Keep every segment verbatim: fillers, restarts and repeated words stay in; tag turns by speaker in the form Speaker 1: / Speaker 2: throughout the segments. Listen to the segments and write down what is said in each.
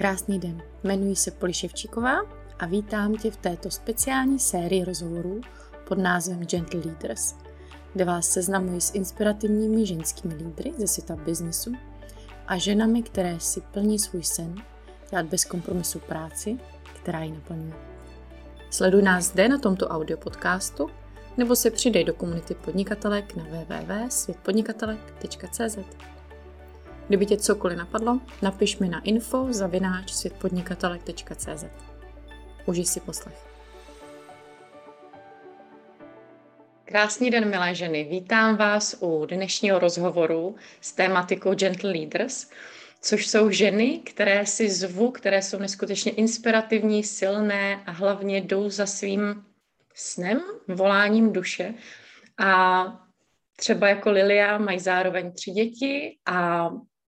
Speaker 1: Krásný den, jmenuji se Poli Ševčíková a vítám tě v této speciální sérii rozhovorů pod názvem Gentle Leaders, kde vás seznamuji s inspirativními ženskými lídry ze světa biznesu a ženami, které si plní svůj sen dělat bez kompromisu práci, která ji naplňuje. Sleduj nás zde na tomto audio podcastu nebo se přidej do komunity podnikatelek na w w w tečka svět podnikatelek tečka c z. Kdyby tě cokoliv napadlo, napiš mi na info zavináč svět podnikatelek tečka c z. Užij si poslech. Krásný den, milé ženy. Vítám vás u dnešního rozhovoru s tématikou Gentle Leaders, což jsou ženy, které si zvu, které jsou neskutečně inspirativní, silné a hlavně jdou za svým snem, voláním duše. A třeba jako Lilia mají zároveň tři děti a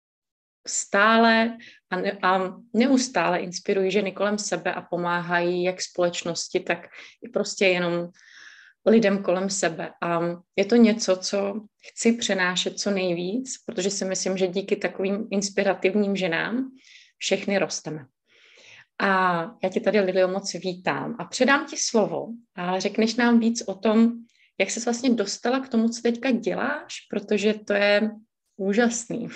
Speaker 1: stále a, ne, a neustále inspirují ženy kolem sebe a pomáhají jak společnosti, tak i prostě jenom lidem kolem sebe. A je to něco, co chci přenášet co nejvíc, protože si myslím, že díky takovým inspirativním ženám všechny rosteme. A já tě tady, Lilio, moc vítám a předám ti slovo a řekneš nám víc o tom, jak jsi vlastně dostala k tomu, co teďka děláš, protože to je úžasný.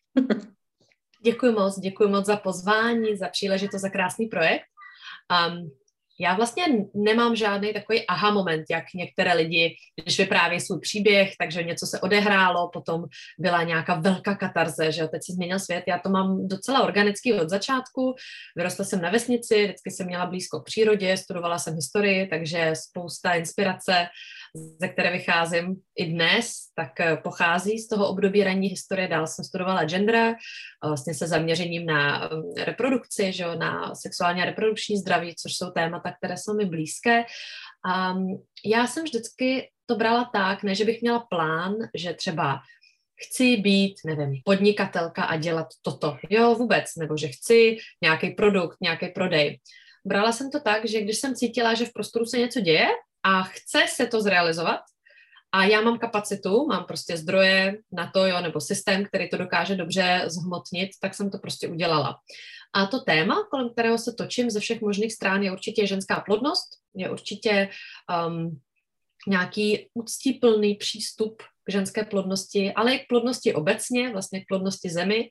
Speaker 2: Děkuji moc, děkuji moc za pozvání, za příležitost, za krásný projekt. Um, já vlastně nemám žádný takový aha moment, jak některé lidi, když vyprávějí svůj příběh, takže něco se odehrálo, potom byla nějaká velká katarze, že teď se změnil svět. Já to mám docela organický od začátku. Vyrostla jsem na vesnici, vždycky jsem měla blízko k přírodě, studovala jsem historii, takže spousta inspirace, ze které vycházím i dnes, tak pochází z toho období ranní historie. Dál jsem studovala gender, vlastně se zaměřením na reprodukci, že jo, na sexuální a reprodukční zdraví, což jsou témata, které jsou mi blízké. A já jsem vždycky to brala tak, ne, že bych měla plán, že třeba chci být, nevím, podnikatelka a dělat toto, jo, vůbec, nebo že chci nějaký produkt, nějaký prodej. Brala jsem to tak, že když jsem cítila, že v prostoru se něco děje a chce se to zrealizovat a já mám kapacitu, mám prostě zdroje na to, jo, nebo systém, který to dokáže dobře zhmotnit, tak jsem to prostě udělala. A to téma, kolem kterého se točím ze všech možných stran, je určitě ženská plodnost, je určitě um, nějaký úctíplný přístup k ženské plodnosti, ale i k plodnosti obecně, vlastně k plodnosti zemi,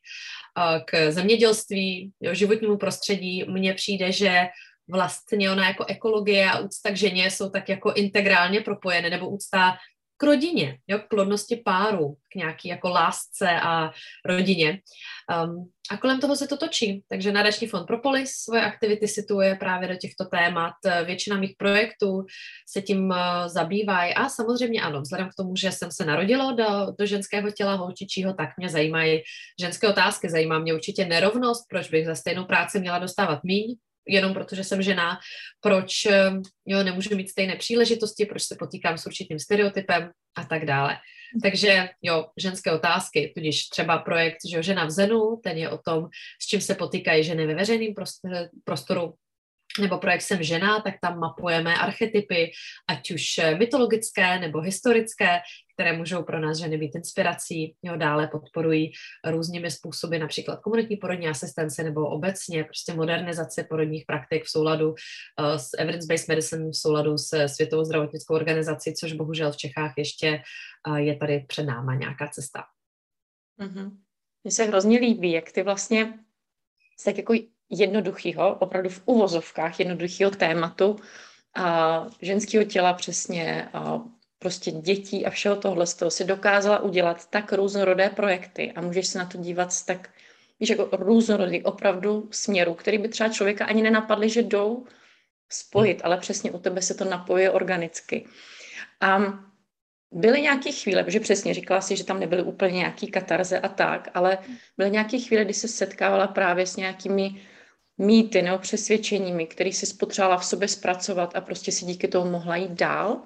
Speaker 2: k zemědělství, jo, životnímu prostředí. Mně přijde, že vlastně ona jako ekologie a úcta k ženě jsou tak jako integrálně propojené, nebo úcta k rodině, jo, k plodnosti páru, k nějaký jako lásce a rodině. Um, a kolem toho se to točí. Takže Nadační fond Propolis svoje aktivity situuje právě do těchto témat. Většina mých projektů se tím uh, zabývají. A samozřejmě ano, vzhledem k tomu, že jsem se narodila do, do ženského těla holčičího, tak mě zajímají ženské otázky. Zajímá mě určitě nerovnost, proč bych za stejnou práci měla dostávat míň, jenom protože jsem žena, proč jo, nemůžu mít stejné příležitosti, proč se potýkám s určitým stereotypem a tak dále. Takže jo, ženské otázky, tudíž třeba projekt že jo, Žena v Zenu, ten je o tom, s čím se potýkají ženy ve veřejném prostoru, nebo projekt Jsem žena, tak tam mapujeme archetypy, ať už mytologické nebo historické, které můžou pro nás ženy být inspirací. Jo, dále podporují různými způsoby, například komunitní porodní asistence nebo obecně prostě modernizace porodních praktik v souladu uh, s evidence-based medicine, v souladu s Světovou zdravotnickou organizací, což bohužel v Čechách ještě uh, je tady před náma nějaká cesta.
Speaker 1: Mm-hmm. Mně se hrozně líbí, jak ty vlastně tak jako jednoduchýho, opravdu v uvozovkách jednoduchýho tématu a ženského těla přesně a prostě dětí a všeho tohle z toho si dokázala udělat tak různorodé projekty a můžeš se na to dívat z tak, víš, jako různorodý opravdu směru, který by třeba člověka ani nenapadly, že jdou spojit, ale přesně u tebe se to napojuje organicky. A byly nějaké chvíle, protože přesně říkala si, že tam nebyly úplně nějaký katarze a tak, ale byly nějaké chvíle, kdy se setkávala právě s nějakými mýty nebo přesvědčeními, který si spotřebovala v sobě zpracovat a prostě si díky tomu mohla jít dál?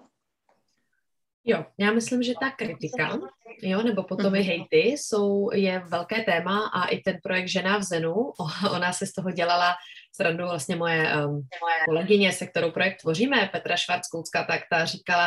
Speaker 2: Jo, já myslím, že ta kritika, jo, nebo potom i hejty, jsou, je velké téma a i ten projekt Žena v Zenu, ona se z toho dělala srandu vlastně moje um, kolegyně, se kterou projekt tvoříme, Petra Švarckoucká, tak ta říkala,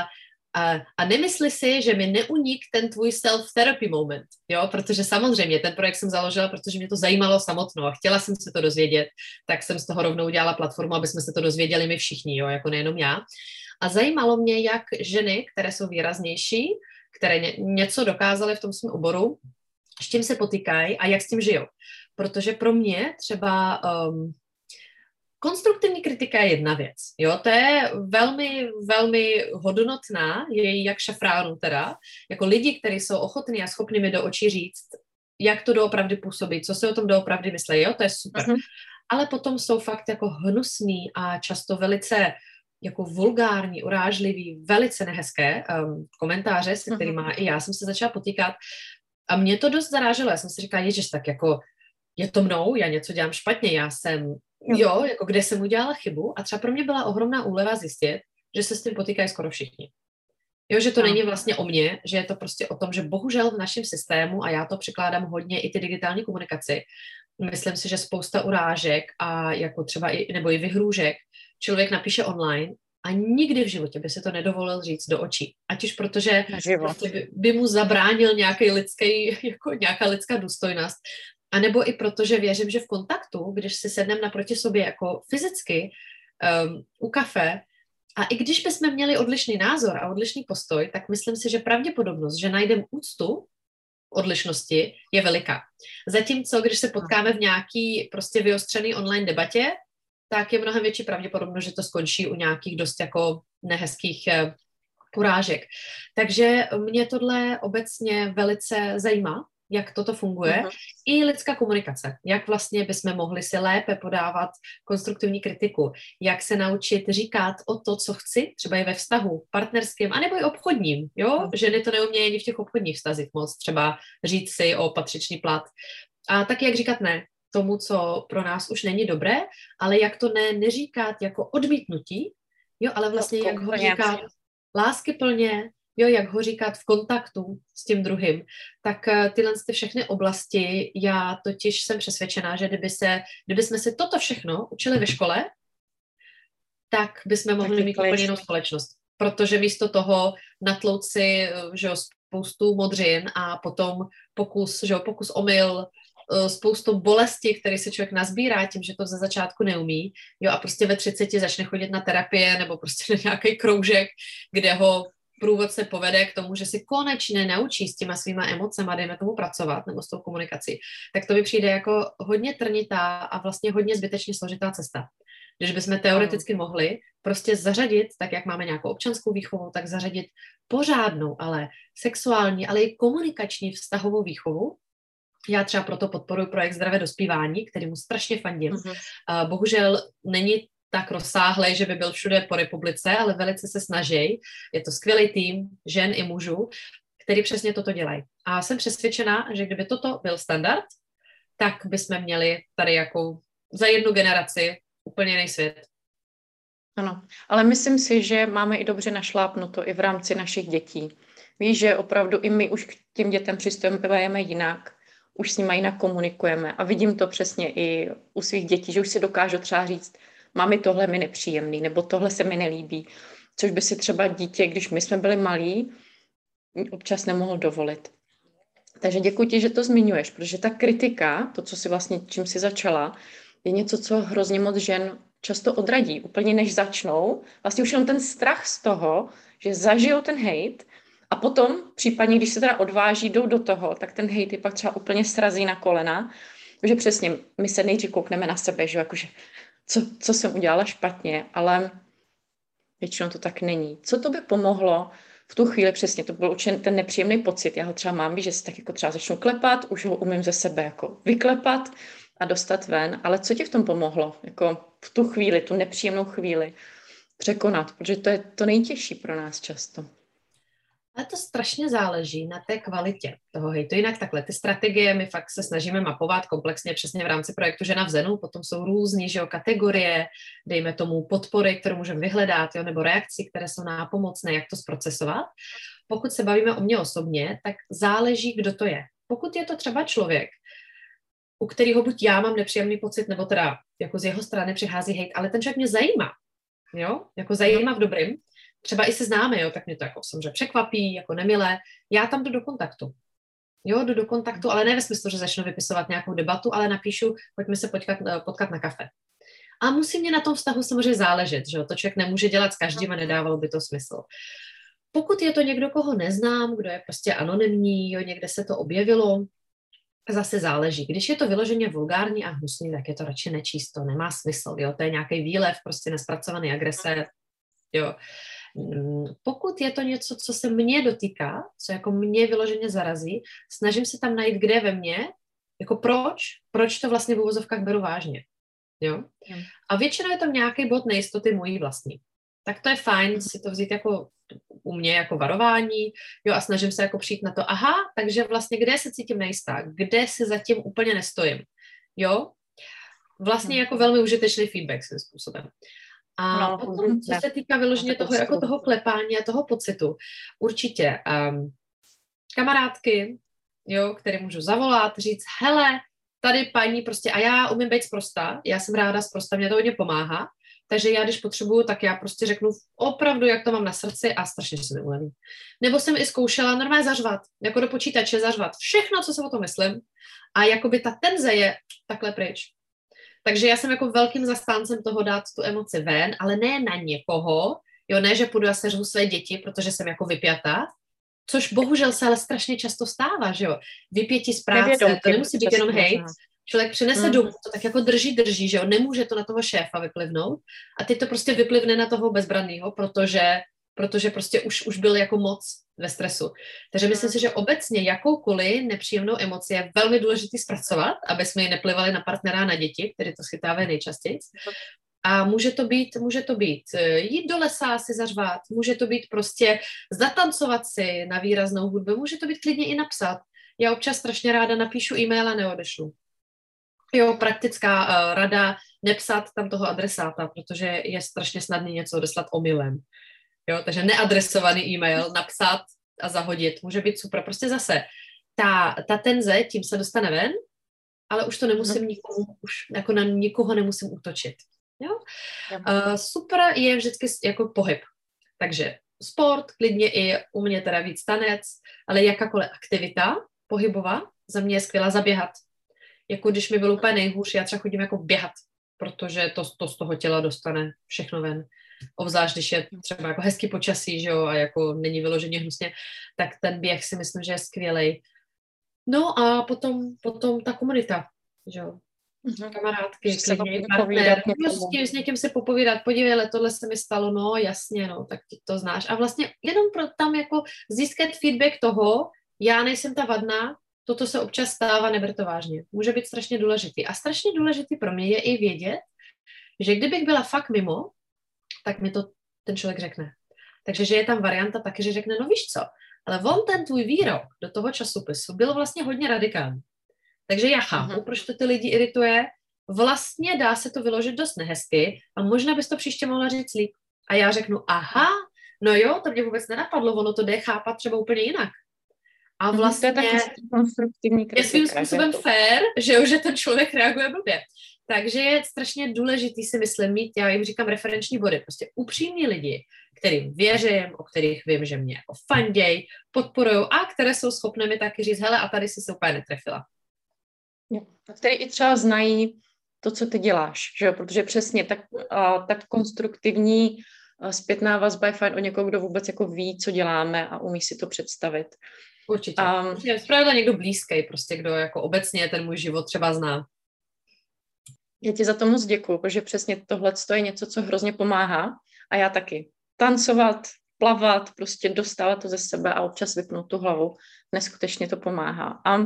Speaker 2: A, a nemysli si, že mi neunik ten tvůj self-therapy moment, jo, protože samozřejmě ten projekt jsem založila, protože mě to zajímalo samotnou a chtěla jsem se to dozvědět, tak jsem z toho rovnou udělala platformu, aby jsme se to dozvěděli my všichni, jo, jako nejenom já. A zajímalo mě, jak ženy, které jsou výraznější, které ně, něco dokázaly v tom svém oboru, s čím se potýkají a jak s tím žijou. Protože pro mě třeba um, konstruktivní kritika je jedna věc. Jo? To je velmi, velmi hodnotná, je jak šafránu teda, jako lidi, kteří jsou ochotní a schopni mi do očí říct, jak to doopravdy působí, co si o tom doopravdy myslí, jo, to je super. Uh-huh. Ale potom jsou fakt jako hnusný a často velice jako vulgární, urážlivý, velice nehezké um, komentáře, se kterými uh-huh. i já jsem se začala potýkat. A mě to dost zaráželo. Já jsem si říkala, ježiš, tak jako je to mnou, já něco dělám špatně, já jsem, jo, jako kde jsem udělala chybu. A třeba pro mě byla ohromná úleva zjistit, že se s tím potýkají skoro všichni. Jo, že to no. není vlastně o mně, že je to prostě o tom, že bohužel v našem systému, a já to přikládám hodně i ty digitální komunikaci, myslím si, že spousta urážek a jako třeba i, nebo i vyhrůžek člověk napíše online a nikdy v životě by se to nedovolil říct do očí. Ať už protože prostě by, by mu zabránil nějaký lidský, jako nějaká lidská důstojnost, anebo i protože věřím, že v kontaktu, když si sedneme naproti sobě jako fyzicky um, u kafe, a i když bychom měli odlišný názor a odlišný postoj, tak myslím si, že pravděpodobnost, že najdeme úctu odlišnosti, je veliká. Zatímco, když se potkáme v nějaký prostě vyostřený online debatě, tak je mnohem větší pravděpodobnost, že to skončí u nějakých dost jako nehezkých eh, urážek. Takže mě tohle obecně velice zajímá, jak toto funguje. Uh-huh. I lidská komunikace. Jak vlastně bychom mohli si lépe podávat konstruktivní kritiku. Jak se naučit říkat o to, co chci, třeba i ve vztahu partnerském, anebo i obchodním. Jo? Uh-huh. Ženy to neumějí ani v těch obchodních vztazích moc. Třeba říct si o patřičný plat. A taky jak říkat ne tomu, co pro nás už není dobré, ale jak to ne, neříkat jako odmítnutí, jo, ale vlastně jak ho říkat láskyplně, jo, jak ho říkat v kontaktu s tím druhým, tak tyhle ty všechny oblasti, já totiž jsem přesvědčená, že kdyby, se, kdyby jsme se toto všechno učili ve škole, tak bychom mohli tak mít úplně jinou společnost. Protože místo toho natlout si, že jo, spoustu modřin a potom pokus, že jo, pokus omyl, spoustu bolesti, které se člověk nazbírá tím, že to ze začátku neumí, jo, a prostě ve třiceti začne chodit na terapie nebo prostě na nějaký kroužek, kde ho průvodce povede k tomu, že si konečně naučí s těma svýma emocema, dejme tomu pracovat, nebo s tou komunikací, tak to mi přijde jako hodně trnitá a vlastně hodně zbytečně složitá cesta. Když bychom teoreticky mohli prostě zařadit, tak jak máme nějakou občanskou výchovu, tak zařadit pořádnou, ale sexuální, ale i komunikační vztahovou výchovu. Já třeba proto podporuji projekt Zdravé dospívání, kterému strašně fandím. Uh-huh. Bohužel není tak rozsáhlej, že by byl všude po republice, ale velice se snaží. Je to skvělý tým žen i mužů, který přesně toto dělají. A jsem přesvědčená, že kdyby toto byl standard, tak bychom měli tady jako za jednu generaci úplně jiný svět.
Speaker 1: Ano, ale myslím si, že máme i dobře našlápnuto i v rámci našich dětí. Víš, že opravdu i my už k těm dětem přistupujeme jinak, už s nimi jinak komunikujeme a vidím to přesně i u svých dětí, že už si dokážu třeba říct, mami, tohle mi nepříjemný, nebo tohle se mi nelíbí, což by si třeba dítě, když my jsme byli malí, občas nemohl dovolit. Takže děkuji ti, že to zmiňuješ, protože ta kritika, to, co si vlastně, čím si začala, je něco, co hrozně moc žen často odradí, úplně než začnou. Vlastně už jenom ten strach z toho, že zažijou ten hejt a potom případně, když se teda odváží, jdou do toho, tak ten hejt je pak třeba úplně srazí na kolena, že přesně my se nejdřív koukneme na sebe, že jakože co, co jsem udělala špatně, ale většinou to tak není. Co to by pomohlo v tu chvíli přesně, to byl určitě ten nepříjemný pocit, já ho třeba mám, že si tak jako třeba začnu klepat, už ho umím ze sebe jako vyklepat a dostat ven, ale co ti v tom pomohlo, jako v tu chvíli, tu nepříjemnou chvíli překonat, protože to je to nejtěžší pro nás často.
Speaker 2: Ale to strašně záleží na té kvalitě toho hejtu. Jinak takhle, ty strategie my fakt se snažíme mapovat komplexně přesně v rámci projektu Žena v Zenu, potom jsou různý, že jo, kategorie, dejme tomu podpory, kterou můžeme vyhledat, jo, nebo reakci, které jsou nápomocné, jak to zprocesovat. Pokud se bavíme o mně osobně, tak záleží, kdo to je. Pokud je to třeba člověk, u kterého buď já mám nepříjemný pocit, nebo teda jako z jeho strany přichází hejt, ale ten člověk mě zajímá, jo, jako zajímá v dobrým, třeba i se známe, jo, tak mě to jako samozřejmě překvapí, jako nemilé, já tam jdu do kontaktu. Jo, jdu do kontaktu, ale ne ve smyslu, že začnu vypisovat nějakou debatu, ale napíšu, pojďme se potkat, potkat na kafe. A musí mě na tom vztahu samozřejmě záležet, že jo, to člověk nemůže dělat s každým a nedávalo by to smysl. Pokud je to někdo, koho neznám, kdo je prostě anonymní, jo, někde se to objevilo, zase záleží. Když je to vyloženě vulgární a hnusný, tak je to radši nečíst, to nemá smysl, jo, to je nějaký výlev, prostě nespracovaný agrese, jo. Pokud je to něco, co se mě dotýká, co jako mě vyloženě zarazí, snažím se tam najít, kde ve mně, jako proč, proč to vlastně v uvozovkách beru vážně, jo. A většinou je tam nějaký bod nejistoty mojí vlastní. Tak to je fajn si to vzít jako u mě jako varování, jo, a snažím se jako přijít na to, aha, takže vlastně kde se cítím nejistá, kde se zatím úplně nestojím, jo. Vlastně jako velmi užitečný feedback svým způsobem. A no, potom, co ne. se týká vyloženě toho, jako toho klepání a toho pocitu, určitě um, kamarádky, jo, které můžu zavolat, říct, hele, tady paní prostě, a já umím být sprostá, já jsem ráda sprostá, mě to hodně pomáhá, takže já, když potřebuju, tak já prostě řeknu opravdu, jak to mám na srdci a strašně se mi uleví. Nebo jsem i zkoušela normálně zařvat, jako do počítače zařvat všechno, co si o tom myslím a jakoby ta tenze je takhle pryč. Takže já jsem jako velkým zastáncem toho dát tu emoci ven, ale ne na někoho, jo, ne, že půjdu a seřvu své děti, protože jsem jako vypjatá, což bohužel se ale strašně často stává, že jo. Vypětí z práce, Nevědomky, to nemusí být jenom hejt, člověk přinese mm. domů, to tak jako drží, drží, že jo, nemůže to na toho šéfa vyplivnout a teď to prostě vyplivne na toho bezbrannýho, protože, protože prostě už, už byl jako moc ve stresu. Takže myslím si, že obecně jakoukoliv nepříjemnou emoci je velmi důležitý zpracovat, aby jsme ji neplivali na partnera a na děti, který to schytávají nejčastěji. A může to být, může to být jít do lesa si zařvat, může to být prostě zatancovat si na výraznou hudbu, může to být klidně i napsat. Já občas strašně ráda napíšu e-mail a neodešlu. Jo, praktická uh, rada, nepsat tam toho adresáta, protože je strašně snadný něco odeslat omylem. Jo, takže neadresovaný e-mail, napsat a zahodit, může být super. Prostě zase, ta, ta tenze, tím se dostane ven, ale už to nemusím nikomu, už jako na nikoho nemusím útočit. Jo? Uh, super je vždycky jako pohyb. Takže sport, klidně i u mě teda víc tanec, ale jakákoliv aktivita pohybová, za mě je skvělá zaběhat. Jako když mi bylo úplně nejhůř, já třeba chodím jako běhat, protože to, to z toho těla dostane všechno ven. Obzvlášť, když je třeba jako hezký počasí, že jo, a jako není vyloženě hnusně, tak ten běh si myslím, že je skvělej. No a potom, potom ta komunita, že jo. Mm-hmm. Kamarádky, klidně, partner, prostě s někým si popovídat, podívej, ale tohle se mi stalo, no jasně, no, tak ty to znáš. A vlastně jenom pro tam jako získat feedback toho, já nejsem ta vadná, toto se občas stává, neber to vážně. Může být strašně důležitý. A strašně důležitý pro mě je i vědět, že kdybych byla fakt mimo, tak mi to ten člověk řekne. Takže že je tam varianta taky, že řekne, no víš co, ale on ten tvůj výrok do toho časopisu byl vlastně hodně radikální. Takže já chápu, uh-huh. proč to ty lidi irituje. Vlastně dá se to vyložit dost nehezky a možná bys to příště mohla říct líp. A já řeknu, aha, no jo, to mě vůbec nenapadlo, ono to jde chápat třeba úplně jinak. A vlastně
Speaker 1: to je, konstruktivní kritika,
Speaker 2: je svým způsobem fair, že jo, že ten člověk reaguje blbě. Takže je strašně důležitý si myslím mít, já jim říkám referenční body, prostě upřímní lidi, kterým věřím, o kterých vím, že mě jako fanděj, podporujou a které jsou schopné mi taky říct, hele, a tady si se úplně netrefila.
Speaker 1: Jo. A který i třeba znají to, co ty děláš, že jo, protože přesně tak, a, tak konstruktivní a zpětná vazba je fajn o někoho, kdo vůbec jako ví, co děláme a umí si to představit.
Speaker 2: Určitě. Um, Určitě. Zpravidla někdo blízký, prostě kdo jako obecně ten můj život třeba zná.
Speaker 1: Já ti za to moc děkuju, protože přesně tohle je něco, co hrozně pomáhá a já taky. Tancovat, plavat, prostě dostávat to ze sebe a občas vypnout tu hlavu. Neskutečně to pomáhá. A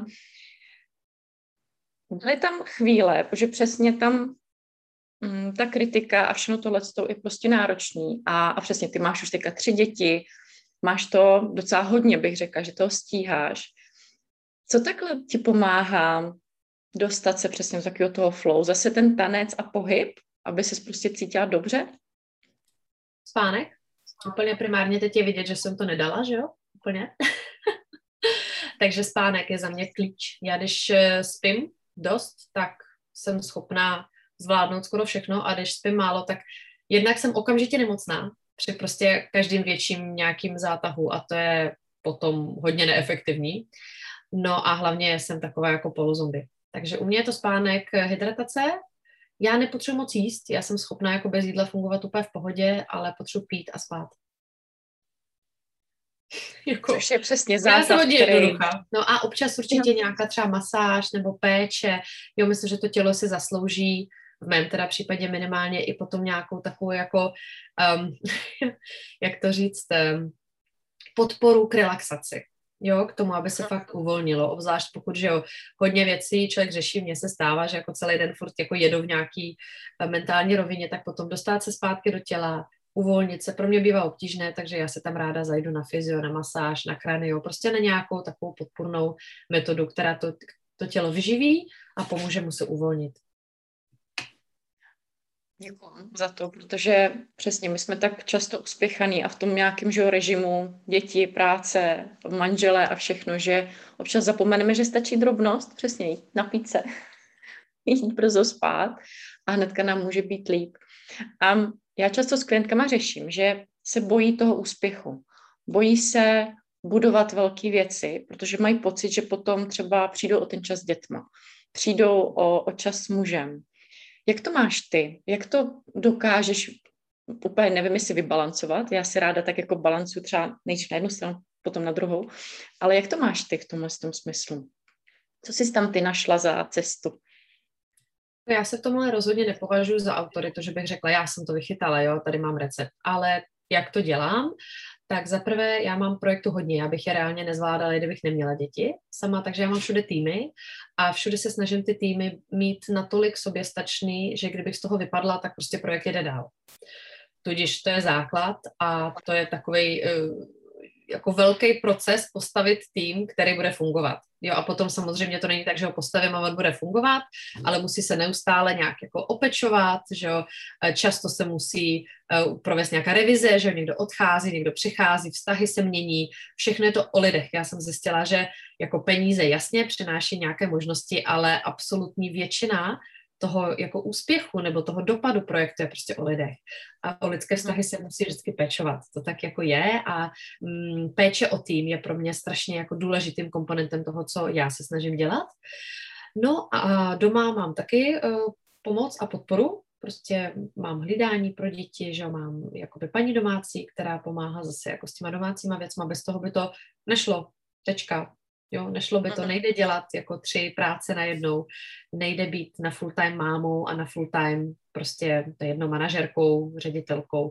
Speaker 1: byly tam chvíle, protože přesně tam mm, ta kritika a všechno tohle je prostě náročný. A, a přesně ty máš už teďka tři děti, máš to docela hodně, bych řekla, že toho stíháš. Co takhle ti pomáhá dostat se přesně do takového toho flow? Zase ten tanec a pohyb, aby se prostě cítila dobře?
Speaker 2: Spánek. Úplně primárně teď je vidět, že jsem to nedala, že jo? Úplně. Takže spánek je za mě klíč. Já když spím dost, tak jsem schopná zvládnout skoro všechno a když spím málo, tak jednak jsem okamžitě nemocná, při prostě každým větším nějakým zátahu a to je potom hodně neefektivní. No a hlavně jsem taková jako polozombie. Takže u mě je to spánek, hydratace. Já nepotřebuji moc jíst, já jsem schopná jako bez jídla fungovat úplně v pohodě, ale potřebuji pít a spát.
Speaker 1: Jako, což je přesně základ,
Speaker 2: já jsem hodně
Speaker 1: který...
Speaker 2: jednoduchá. No a občas určitě no. nějaká třeba masáž nebo péče. Jo, myslím, že to tělo si zaslouží, v mém teda případě minimálně i potom nějakou takovou jako, um, jak to říct, um, podporu k relaxaci. Jo, k tomu, aby se fakt uvolnilo, obzvlášť pokud, že jo, hodně věcí člověk řeší, mně se stává, že jako celý den furt jako jedou v nějaký mentální rovině, tak potom dostat se zpátky do těla, uvolnit se, pro mě bývá obtížné, takže já se tam ráda zajdu na fyzio, na masáž, na kranio, prostě na nějakou takovou podpůrnou metodu, která to, to tělo vyživí a pomůže mu se uvolnit.
Speaker 1: Děkuji za to, protože přesně my jsme tak často uspěchaný a v tom nějakém že, režimu děti, práce, manželé a všechno, že občas zapomeneme, že stačí drobnost, přesně jít napít se, jít brzo spát a hnedka nám může být líp. A já často s klientkama řeším, že se bojí toho úspěchu, bojí se budovat velké věci, protože mají pocit, že potom třeba přijdou o ten čas s dětma, přijdou o, o čas s mužem. Jak to máš ty? Jak to dokážeš, úplně nevím, jestli vybalancovat, já si ráda tak jako balancuju třeba nejdřív na jednu stranu, potom na druhou, ale jak to máš ty v tomhle tom smyslu? Co jsi tam ty našla za cestu?
Speaker 2: Já se v tomhle rozhodně nepovažuji za autoritu, že bych řekla, já jsem to vychytala, jo, tady mám recept, ale jak to dělám? Tak zaprvé já mám projektu hodně, já bych je reálně nezvládala, kdybych neměla děti sama, takže já mám všude týmy a všude se snažím ty týmy mít natolik soběstačný, že kdybych z toho vypadla, tak prostě projekt jede dál. Tudíž to je základ a to je takovej jako velký proces postavit tým, který bude fungovat. Jo, a potom samozřejmě to není tak, že ho postavím a on bude fungovat, ale musí se neustále nějak jako opečovat, že jo, často se musí uh, provést nějaká revize, že jo, někdo odchází, někdo přichází, vztahy se mění, všechno je to o lidech. Já jsem zjistila, že jako peníze jasně přináší nějaké možnosti, ale absolutní většina toho jako úspěchu nebo toho dopadu projektu je prostě o lidech. A o lidské vztahy se musí vždycky péčovat. To tak jako je a mm, péče o tým je pro mě strašně jako důležitým komponentem toho, co já se snažím dělat. No a doma mám taky uh, pomoc a podporu. Prostě mám hlídání pro děti, že mám jakoby paní domácí, která pomáhá zase jako s těma domácíma věcma. Bez toho by to nešlo. Tečka. Jo, nešlo by to, nejde dělat jako tři práce najednou, nejde být na full-time mámou a na full-time prostě to jednou manažerkou, ředitelkou.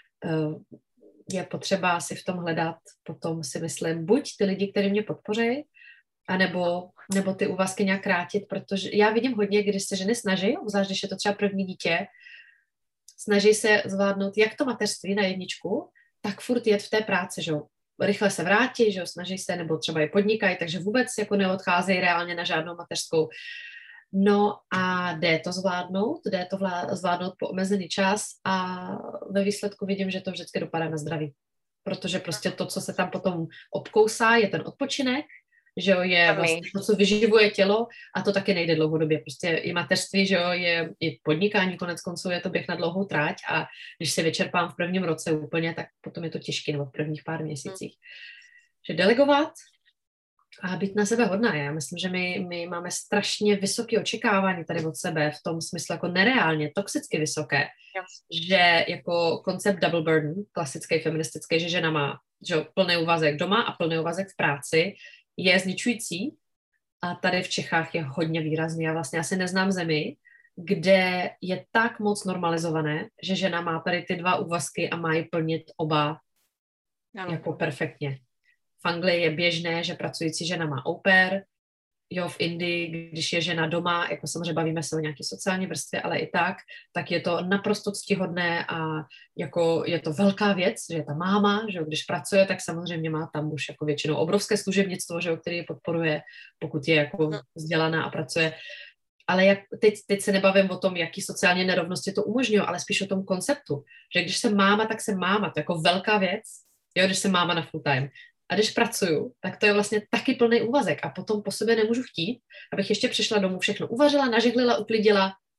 Speaker 2: Je potřeba si v tom hledat, potom si myslím, buď ty lidi, kteří mě podpoří, anebo, nebo ty úvazky nějak krátit, protože já vidím hodně, když se ženy snaží, obzvlášť když je to třeba první dítě, snaží se zvládnout jak to mateřství na jedničku, tak furt jet v té práci, že jo. Rychle se vrátí, že jo, snaží se, nebo třeba i podnikají, takže vůbec jako neodcházejí reálně na žádnou mateřskou. No a jde to zvládnout, jde to vlá- zvládnout po omezený čas a ve výsledku vidím, že to vždycky dopadá na zdraví. Protože prostě to, co se tam potom obkousá, je ten odpočinek, že jo, je vlastně to, co vyživuje tělo a to taky nejde dlouhodobě. Prostě i mateřství, že jo, je i podnikání, konec konců je to běh na dlouhou tráť a když se vyčerpám v prvním roce úplně, tak potom je to těžké, nebo v prvních pár měsících. Že delegovat a být na sebe hodná. Já myslím, že my, my máme strašně vysoké očekávání tady od sebe, v tom smyslu jako nereálně, toxicky vysoké, yes. Že jako koncept double burden, klasický feministický, že žena má že jo, plný úvazek doma a plný úvazek v práci, je zničující a tady v Čechách je hodně výrazný. Já vlastně asi neznám zemi, kde je tak moc normalizované, že žena má tady ty dva úvazky a má ji plnit oba ano. Jako perfektně. V Anglii je běžné, že pracující žena má au pair, jo, v Indii, když je žena doma, jako samozřejmě bavíme se o nějaké sociální vrstvě, ale i tak, tak je to naprosto ctihodné a jako je to velká věc, že ta máma, že když pracuje, tak samozřejmě má tam už jako většinou obrovské služebnictvo, že který je podporuje, pokud je jako vzdělaná a pracuje. Ale jak, teď, teď se nebavím o tom, jaký sociální nerovnosti to umožňují, ale spíš o tom konceptu, že když jsem máma, tak jsem máma, to je jako velká věc, jo, když jsem máma na full time. A když pracuju, tak to je vlastně taky plný úvazek a potom po sobě nemůžu chtít, abych ještě přišla domů, všechno uvařila, nažihlila, uklidila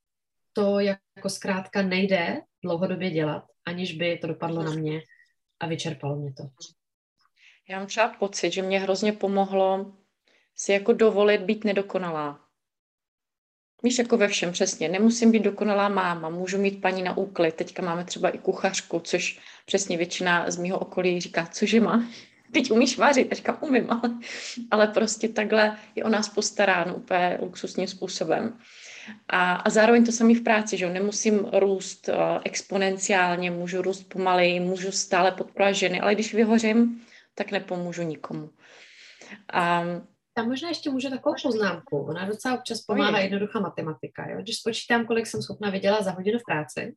Speaker 2: to jako zkrátka nejde dlouhodobě dělat, aniž by to dopadlo na mě a vyčerpalo mě to.
Speaker 1: Já mám třeba pocit, že mě hrozně pomohlo si jako dovolit být nedokonalá. Víš, jako ve všem přesně. Nemusím být dokonalá máma, můžu mít paní na úklid. Teďka máme třeba i kuchařku, což přesně většina z mýho okolí říká, cože má? Teď umíš vařit? A říkám, umím, ale, ale prostě takhle je o nás postaráno úplně luxusním způsobem. A, a zároveň to samé v práci, že nemusím růst uh, exponenciálně, můžu růst pomaleji, můžu stále podporovat ženy, ale když vyhořím, tak nepomůžu nikomu. A
Speaker 2: tam možná ještě můžu takovou poznámku. Ona docela občas pomáhá jednoduchá matematika. Jo? Když spočítám, kolik jsem schopna vydělat za hodinu v práci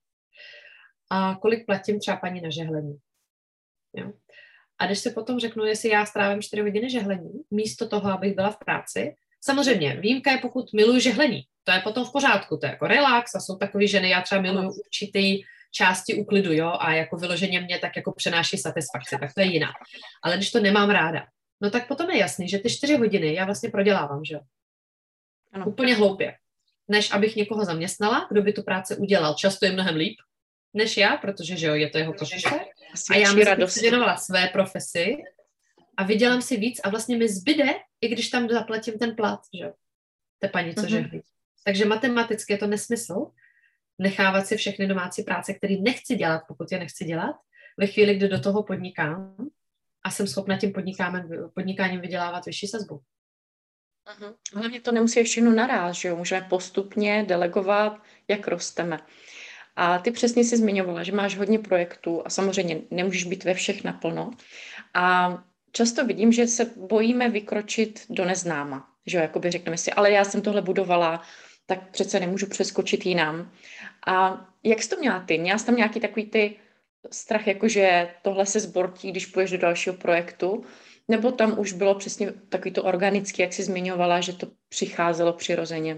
Speaker 2: a kolik platím třeba paní na žehlení. Jo? A když si potom řeknu, jestli já strávím čtyři hodiny žehlení, místo toho, abych byla v práci, samozřejmě, výjimka je, pokud miluji žehlení. To je potom v pořádku, to je jako relax a jsou takové ženy, já třeba miluji určitý části úklidu, jo, a jako vyloženě mě tak jako přenáší satisfakci, tak to je jiná. Ale když to nemám ráda, no tak potom je jasný, že ty čtyři hodiny já vlastně prodělávám, že jo. Ano. Úplně hloupě. Než abych někoho zaměstnala, kdo by tu práci udělal. Často je mnohem líp, než já, protože, že jo, je to jeho profese. A já mi se věnovala své profesi a vydělám si víc a vlastně mi zbyde, i když tam zaplatím ten plat, že jo. Té paní, co žehlí. Takže matematicky je to nesmysl nechávat si všechny domácí práce, které nechci dělat, pokud je nechci dělat, ve chvíli, kdy do toho podnikám a jsem schopna tím podnikáním vydělávat vyšší sazbu.
Speaker 1: Uh-huh. Hlavně to nemusí všechno naráz, že jo? Můžeme postupně delegovat, jak rosteme. A ty přesně si zmiňovala, že máš hodně projektů a samozřejmě nemůžeš být ve všech naplno. A často vidím, že se bojíme vykročit do neznáma. Že jo, jakoby řekneme si, ale já jsem tohle budovala, tak přece nemůžu přeskočit jinam. A jak jsi to měla ty? Měla jsi tam nějaký takový ty strach, jakože tohle se zbortí, když půjdeš do dalšího projektu? Nebo tam už bylo přesně takový to organický, jak jsi zmiňovala, že to přicházelo přirozeně?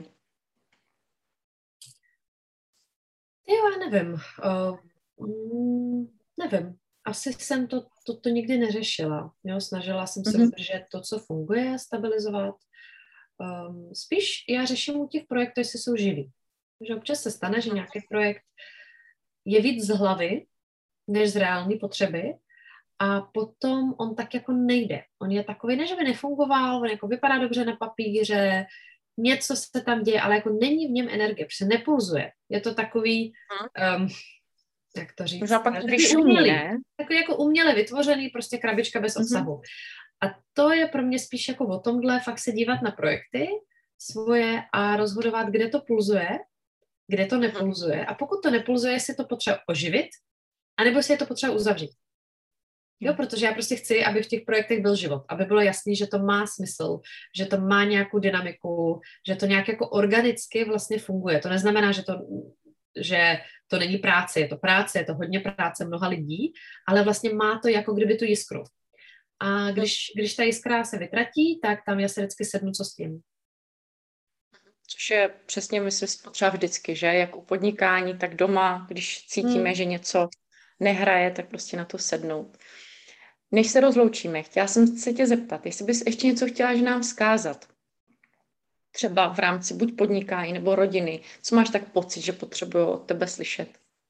Speaker 2: Jo, já nevím. Uh, mm, nevím. Asi jsem to, to, to nikdy neřešila. Jo? Snažila jsem se mm-hmm. udržet to, co funguje, stabilizovat. Um, spíš já řeším u těch projektů, jestli jsou živý. Že občas se stane, že nějaký projekt je víc z hlavy, než z reální potřeby a potom on tak jako nejde. On je takový, ne, že by nefungoval, on jako vypadá dobře na papíře, něco se tam děje, ale jako není v něm energie, protože nepulzuje. Je to takový, um, jak to říct? Takový umělý, takový jako uměle vytvořený, prostě krabička bez obsahu. Mm-hmm. A to je pro mě spíš jako o tomhle, fakt se dívat na projekty svoje a rozhodovat, kde to pulzuje, kde to nepulzuje. A pokud to nepulzuje, si to potřeba oživit, anebo si je to potřeba uzavřít. Jo, protože já prostě chci, aby v těch projektech byl život, aby bylo jasný, že to má smysl, že to má nějakou dynamiku, že to nějak jako organicky vlastně funguje. To neznamená, že to, že to není práce, je to práce, je to hodně práce mnoha lidí, ale vlastně má to jako kdyby tu jiskru. A když, když ta jiskra se vytratí, tak tam já se vždycky sednu, co s tím.
Speaker 1: Což je přesně, myslím, potřeba vždycky, že? Jak u podnikání, tak doma, když cítíme, hmm. že něco nehraje, tak prostě na to sednout. Než se rozloučíme, chtěla jsem se tě zeptat, jestli bys ještě něco chtěla, že nám vzkázat. Třeba v rámci buď podnikání nebo rodiny. Co máš tak pocit, že potřebuju od tebe slyšet?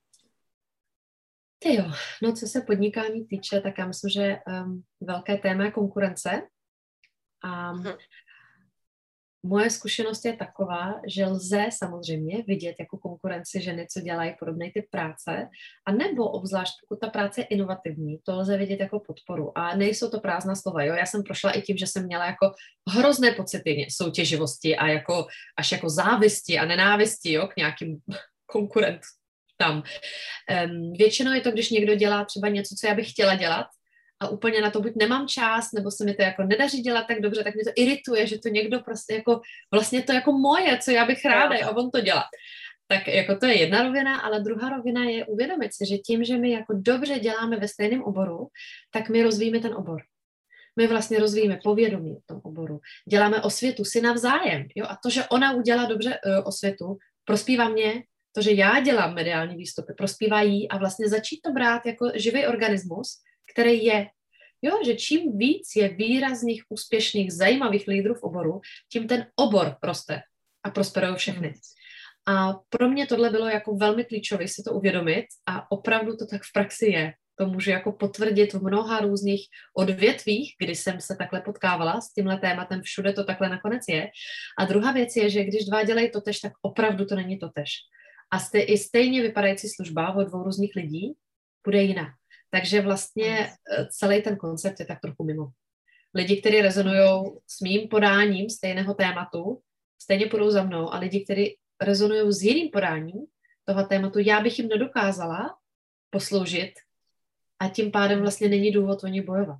Speaker 2: Ty jo, no co se podnikání týče, tak já myslím, že um, velké téma je konkurence. A um, hmm. moje zkušenost je taková, že lze samozřejmě vidět jako konkurenci ženy, co dělají podobné typ práce, a nebo obzvlášť, pokud ta práce je inovativní, to lze vidět jako podporu. A nejsou to prázdná slova, jo. Já jsem prošla i tím, že jsem měla jako hrozné pocity soutěživosti a jako, až jako závisti a nenávisti, jo, k nějakým konkurentům tam. Um, většinou je to, když někdo dělá třeba něco, co já bych chtěla dělat, a úplně na to buď nemám čas, nebo se mi to jako nedaří dělat tak dobře, tak mě to irituje, že to někdo prostě jako, vlastně to jako moje, co já bych ráda, a on to dělá. Tak jako to je jedna rovina, ale druhá rovina je uvědomit si, že tím, že my jako dobře děláme ve stejném oboru, tak my rozvíjíme ten obor. My vlastně rozvíjíme povědomí v tom oboru. Děláme osvětu si navzájem. Jo? A to, že ona udělá dobře uh, osvětu, prospívá mě, to, že já dělám mediální výstupy, prospívá jí, a vlastně začít to brát jako živý organismus, který je, jo, že čím víc je výrazných, úspěšných, zajímavých lídrů v oboru, tím ten obor roste a prosperují všechny. A pro mě tohle bylo jako velmi klíčové si to uvědomit a opravdu to tak v praxi je. To můžu jako potvrdit v mnoha různých odvětvích, kdy jsem se takhle potkávala s tímhle tématem, všude to takhle nakonec je. A druhá věc je, že když dva dělají totež, tak opravdu to není totež. A stej, i stejně vypadající služba od dvou různých lidí bude jiná. Takže vlastně celý ten koncept je tak trochu mimo. Lidi, kteří rezonují s mým podáním stejného tématu, stejně půjdou za mnou a lidi, kteří rezonují s jiným podáním toho tématu, já bych jim nedokázala posloužit a tím pádem vlastně není důvod o ně bojovat.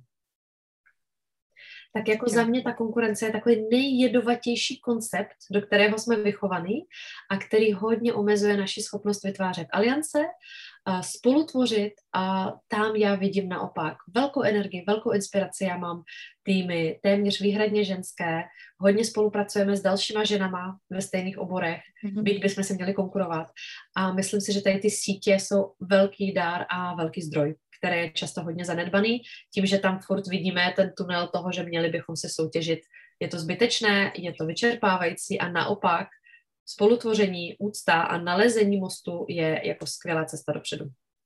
Speaker 2: Tak jako za mě ta konkurence je takový nejjedovatější koncept, do kterého jsme vychovaní a který hodně omezuje naši schopnost vytvářet aliance, a spolutvořit a tam já vidím naopak velkou energii, velkou inspiraci. Já mám týmy téměř výhradně ženské, hodně spolupracujeme s dalšíma ženama ve stejných oborech, mm-hmm. byť bychom se měli konkurovat. A myslím si, že tady ty sítě jsou velký dár a velký zdroj, který je často hodně zanedbaný, tím, že tam furt vidíme ten tunel toho, že měli bychom se soutěžit. Je to zbytečné, je to vyčerpávající a naopak spolutvoření, úcta a nalezení mostu je jako skvělá cesta dopředu.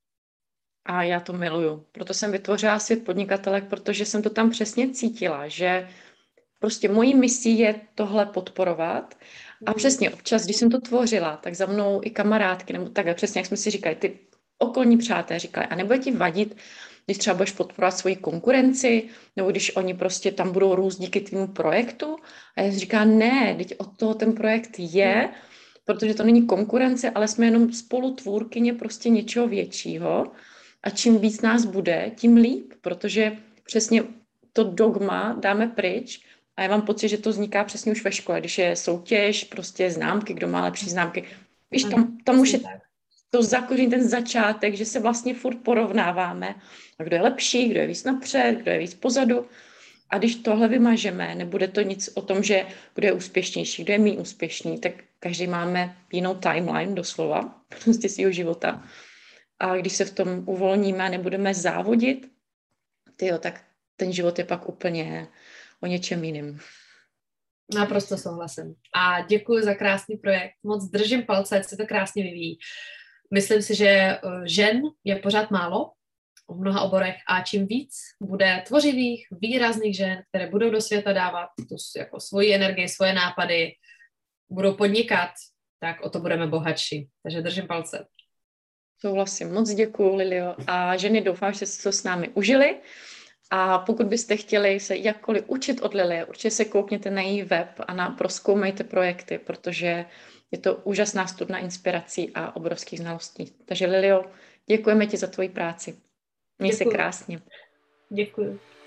Speaker 1: A já to miluju. Proto jsem vytvořila Svět podnikatelek, protože jsem to tam přesně cítila, že prostě mojí misí je tohle podporovat. A přesně občas, když jsem to tvořila, tak za mnou i kamarádky, nebo tak přesně, jak jsme si říkali, ty okolní přátelé říkali, a nebude ti vadit, když třeba budeš podporovat svoji konkurenci, nebo když oni prostě tam budou růst díky tvému projektu. A já si říkám, ne, teď od toho ten projekt je, protože to není konkurence, ale jsme jenom spolutvůrkyně prostě něčeho většího. A čím víc nás bude, tím líp, protože přesně to dogma dáme pryč a já mám pocit, že to vzniká přesně už ve škole, když je soutěž, prostě známky, kdo má lepší známky. Víš, tam, tam už je to zakoření, ten začátek, že se vlastně furt porovnáváme. A kdo je lepší, kdo je víc napřed, kdo je víc pozadu. A když tohle vymažeme, nebude to nic o tom, že kdo je úspěšnější, kdo je méně úspěšný, tak každý máme jinou timeline doslova, prostě svého života. A když se v tom uvolníme a nebudeme závodit, tyjo, tak ten život je pak úplně o něčem jiným.
Speaker 2: Naprosto souhlasím. A děkuji za krásný projekt. Moc držím palce, ať se to krásně vyvíjí. Myslím si, že žen je pořád málo v mnoha oborech a čím víc bude tvořivých, výrazných žen, které budou do světa dávat tu jako svoji energii, svoje nápady, budou podnikat, tak o to budeme bohatší. Takže držím palce.
Speaker 1: Souhlasím. Moc děkuju, Lilio. A ženy, doufám, že jste to s námi užili. A pokud byste chtěli se jakkoliv učit od Lilie, určitě se koukněte na její web a na, prozkoumejte projekty, protože je to úžasná studna inspirací a obrovských znalostí. Takže Lilio, děkujeme ti za tvoji práci. Měj se krásně.
Speaker 2: Děkuji.